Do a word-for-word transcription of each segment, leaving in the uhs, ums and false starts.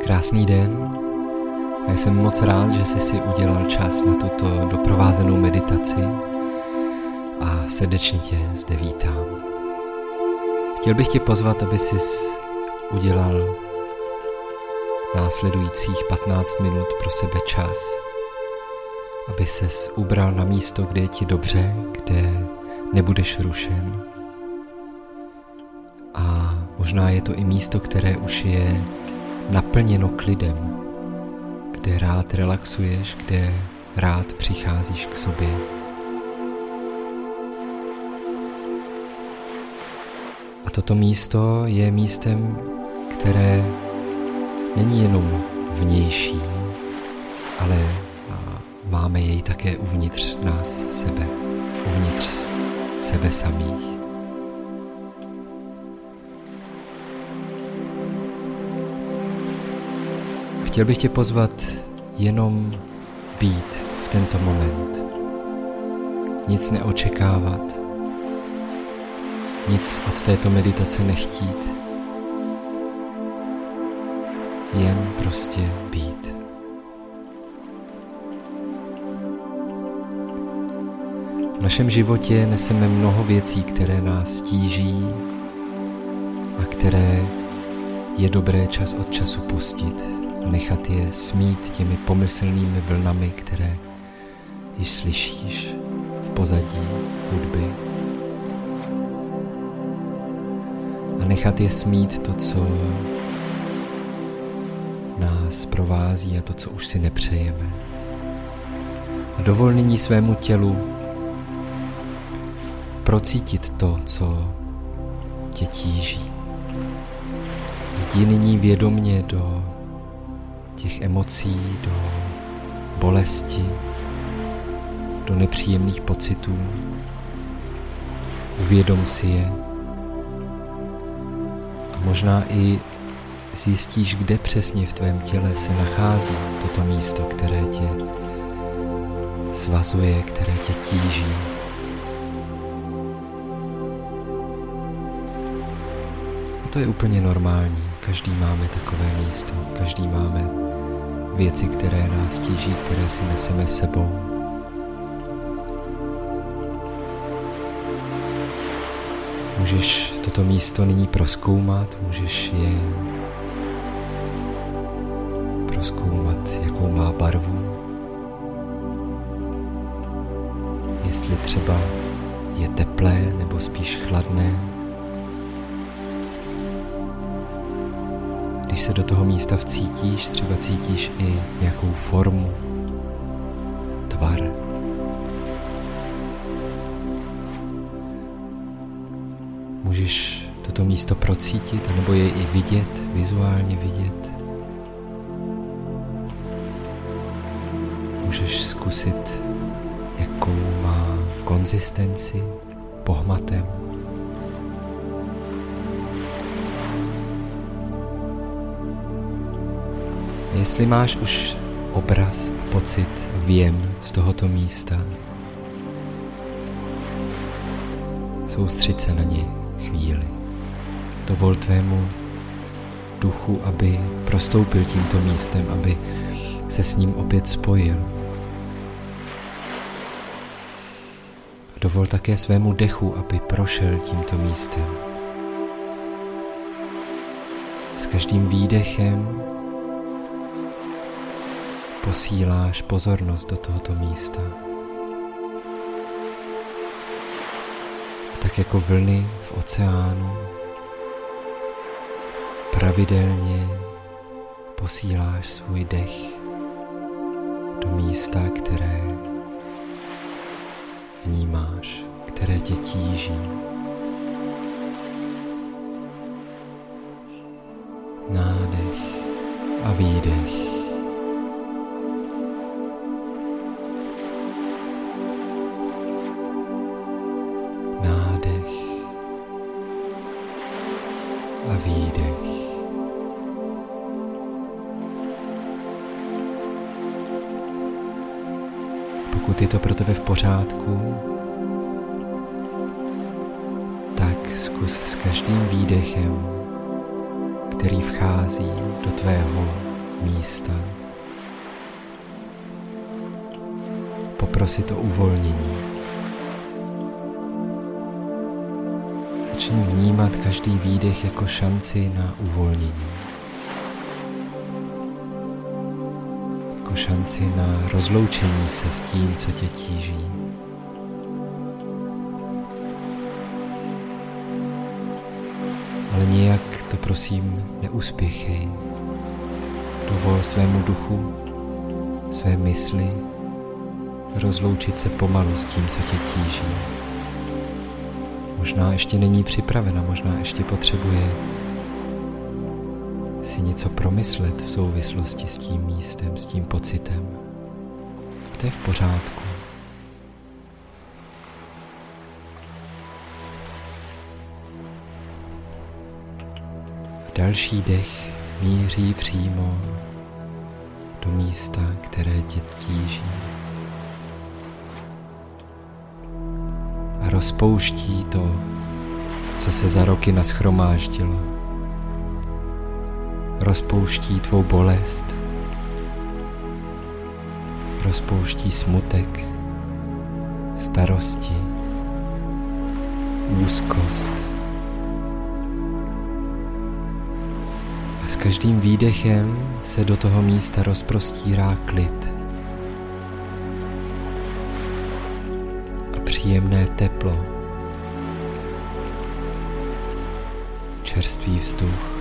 Krásný den. Já jsem moc rád, že jsi si udělal čas na tuto doprovázenou meditaci a srdečně tě zde vítám. Chtěl bych tě pozvat, aby jsi udělal následujících patnáct minut pro sebe čas, aby ses ubral na místo, kde je ti dobře, kde nebudeš rušen. A možná je to i místo, které už je naplněno klidem, kde rád relaxuješ, kde rád přicházíš k sobě. A toto místo je místem, které není jenom vnější, ale máme jej také uvnitř nás sebe, uvnitř sebe samých. Chtěl bych tě pozvat jenom být v tento moment. Nic neočekávat. Nic od této meditace nechtít. Jen prostě být. V našem životě neseme mnoho věcí, které nás tíží a které je dobré čas od času pustit a nechat je smít těmi pomyslnými vlnami, které již slyšíš v pozadí hudby. A nechat je smít to, co nás provází a to, co už si nepřejeme. A dovol nyní svému tělu procítit to, co tě tíží. Jdi nyní vědomně do těch emocí, do bolesti, do nepříjemných pocitů. Uvědom si je a možná i zjistíš, kde přesně v tvém těle se nachází toto místo, které tě svazuje, které tě tíží. A to je úplně normální. Každý máme takové místo, každý máme věci, které nás tíží, které si neseme sebou. Můžeš toto místo nyní prozkoumat, můžeš je prozkoumat, jakou má barvu. Jestli třeba je teplé nebo spíš chladné. Když se do toho místa vcítíš, třeba cítíš i nějakou formu, tvar. Můžeš toto místo procítit, anebo je i vidět, vizuálně vidět. Můžeš zkusit, jakou má konzistenci, pohmatem. Jestli máš už obraz a pocit, věm z tohoto místa, soustřeď se na ně chvíli. Dovol tvému duchu, aby prostoupil tímto místem, aby se s ním opět spojil. Dovol také svému dechu, aby prošel tímto místem. S každým výdechem posíláš pozornost do tohoto místa. A tak jako vlny v oceánu pravidelně posíláš svůj dech do místa, které vnímáš, které tě tíží. Nádech a výdech. Nádech a výdech. Pokud je to pro tebe v pořádku, tak zkus s každým výdechem, který vchází do tvého místa. Poprosit o uvolnění. Začni vnímat každý výdech jako šanci na uvolnění. Jako šanci na rozloučení se s tím, co tě tíží. Ale nijak to prosím neuspěchej. Dovol svému duchu, své mysli rozloučit se pomalu s tím, co tě tíží. Možná ještě není připravena, možná ještě potřebuje si něco promyslet v souvislosti s tím místem, s tím pocitem. To je v pořádku. Další dech míří přímo do místa, které tě tíží. A rozpouští to, co se za roky nashromáždilo. Rozpouští tvou bolest. Rozpouští smutek, starosti, úzkost. A s každým výdechem se do toho místa rozprostírá klid a příjemné teplo, čerstvý vzduch.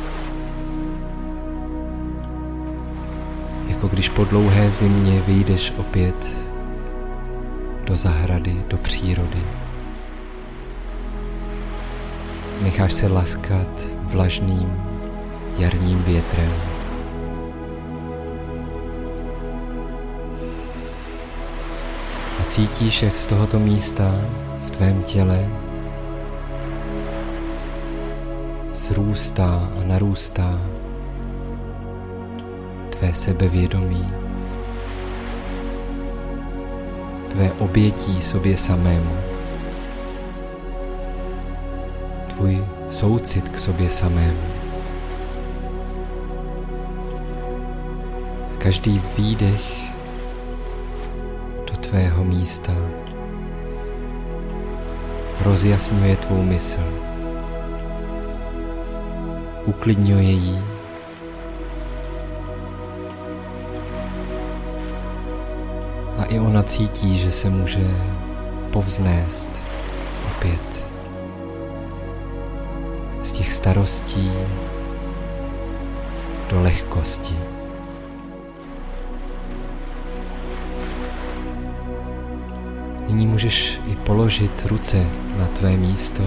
Jako když po dlouhé zimě vyjdeš opět do zahrady, do přírody. Necháš se laskat vlažným jarním větrem. A cítíš, jak z tohoto místa v tvém těle vzrůstá a narůstá tvé sebevědomí, tvé obětí sobě samému, tvůj soucit k sobě samému. Každý výdech do tvého místa rozjasňuje tvou mysl, uklidňuje ji a i ona cítí, že se může povznést opět z těch starostí do lehkosti. Nyní můžeš i položit ruce na tvé místo.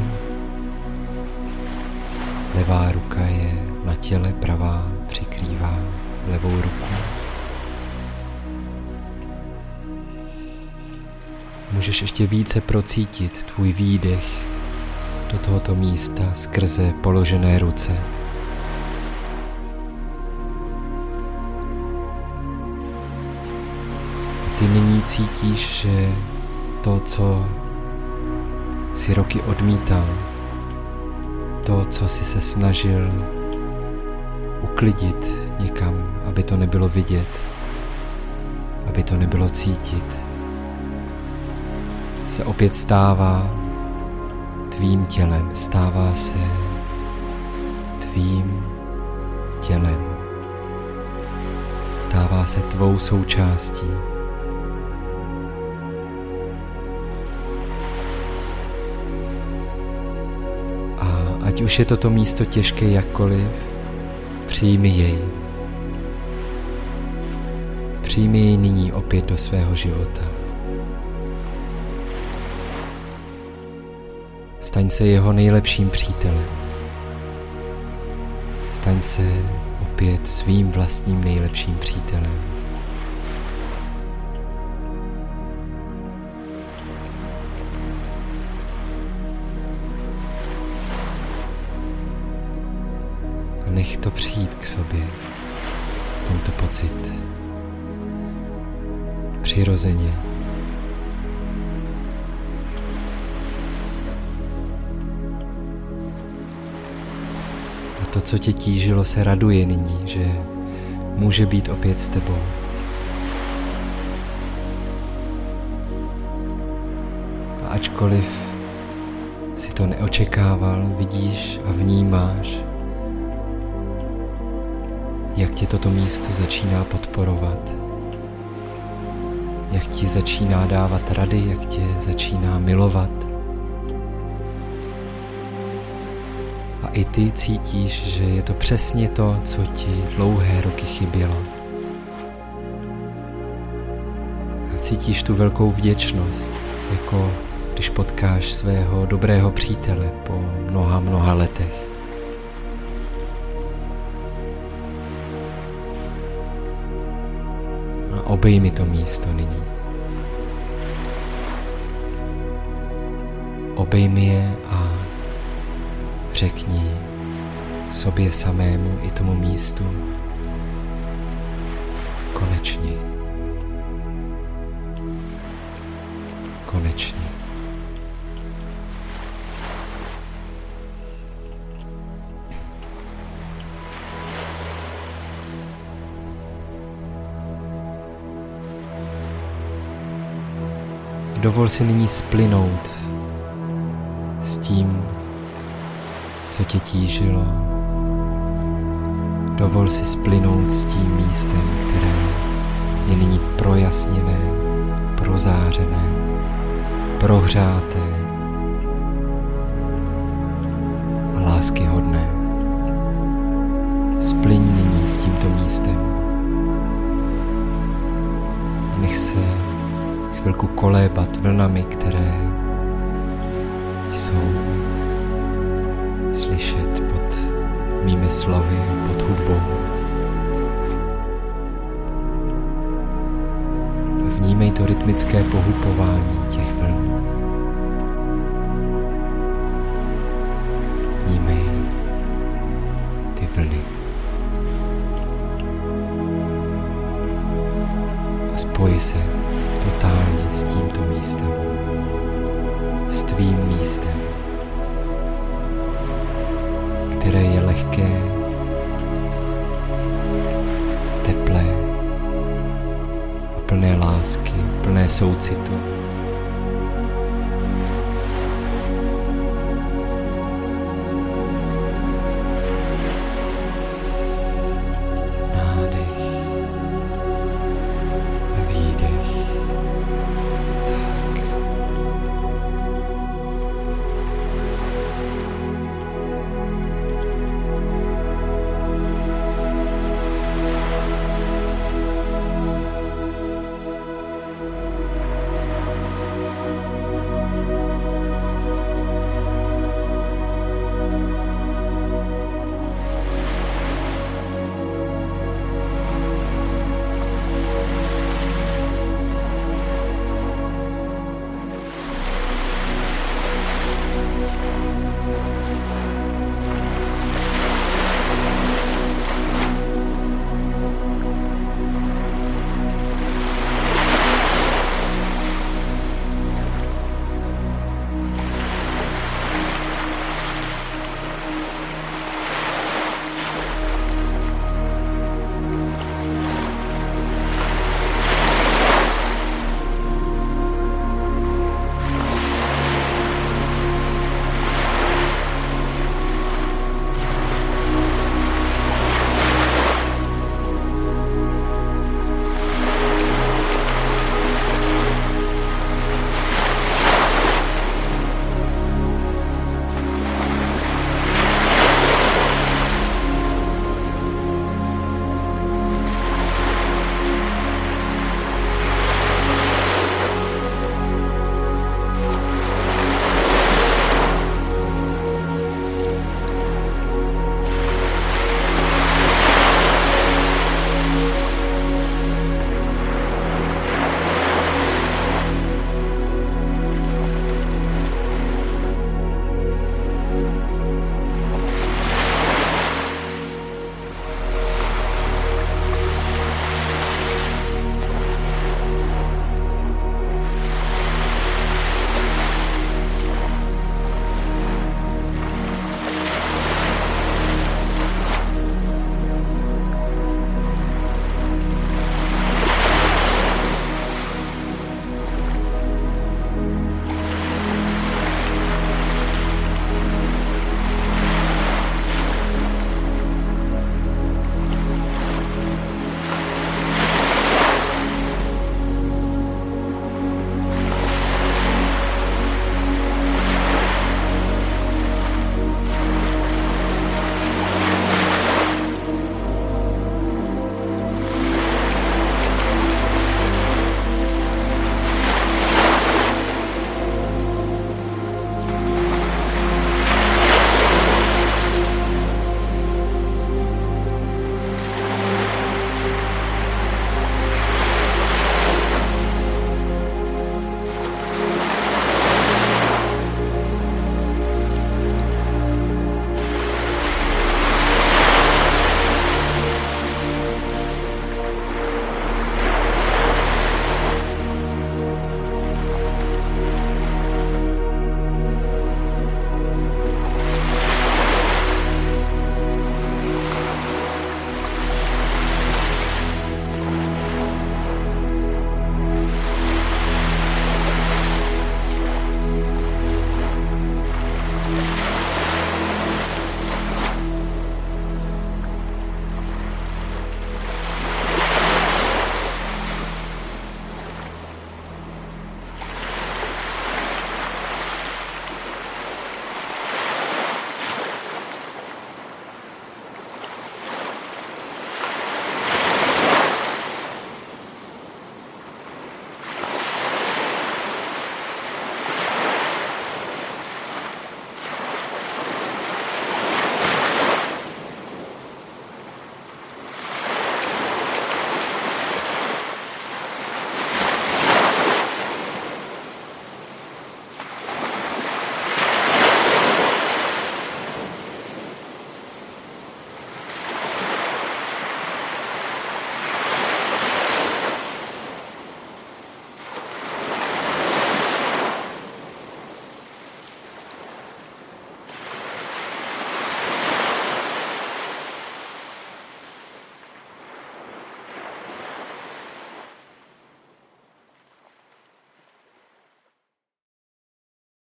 Levá ruka je na těle, pravá přikrývá levou ruku. Můžeš ještě více procítit tvůj výdech do tohoto místa skrze položené ruce. A ty nyní cítíš, že to, co si roky odmítal, to, co si se snažil uklidit někam, aby to nebylo vidět, aby to nebylo cítit, se opět stává tvým tělem, stává se tvým tělem, stává se tvou součástí. Ať už je toto místo těžké jakkoliv, přijmi jej. Přijmi jej nyní opět do svého života. Staň se jeho nejlepším přítelem. Staň se opět svým vlastním nejlepším přítelem. Nech to přijít k sobě, tento pocit, přirozeně. A to, co tě tížilo, se raduje nyní, že může být opět s tebou. A ačkoliv si to neočekával, vidíš a vnímáš, jak tě toto místo začíná podporovat, jak ti začíná dávat rady, jak tě začíná milovat. A i ty cítíš, že je to přesně to, co ti dlouhé roky chybělo. A cítíš tu velkou vděčnost, jako když potkáš svého dobrého přítele po mnoha, mnoha letech. A obejmi to místo nyní. Obejmi je a řekni sobě samému i tomu místu konečně. Konečně. Dovol si nyní splynout s tím, co tě tížilo. Dovol si splynout s tím místem, které je nyní projasněné, prozářené, prohřáté a láskyhodné. Splyň nyní s tímto místem. Nech se chvilku kolébat vlnami, které jsou slyšet pod mými slovy, pod hudbou. Vnímej to rytmické pohupování těch vln. Vnímej ty vlny. A spoj se totálně s tímto místem, s tvým místem, které je lehké, teplé a plné lásky, plné soucitu.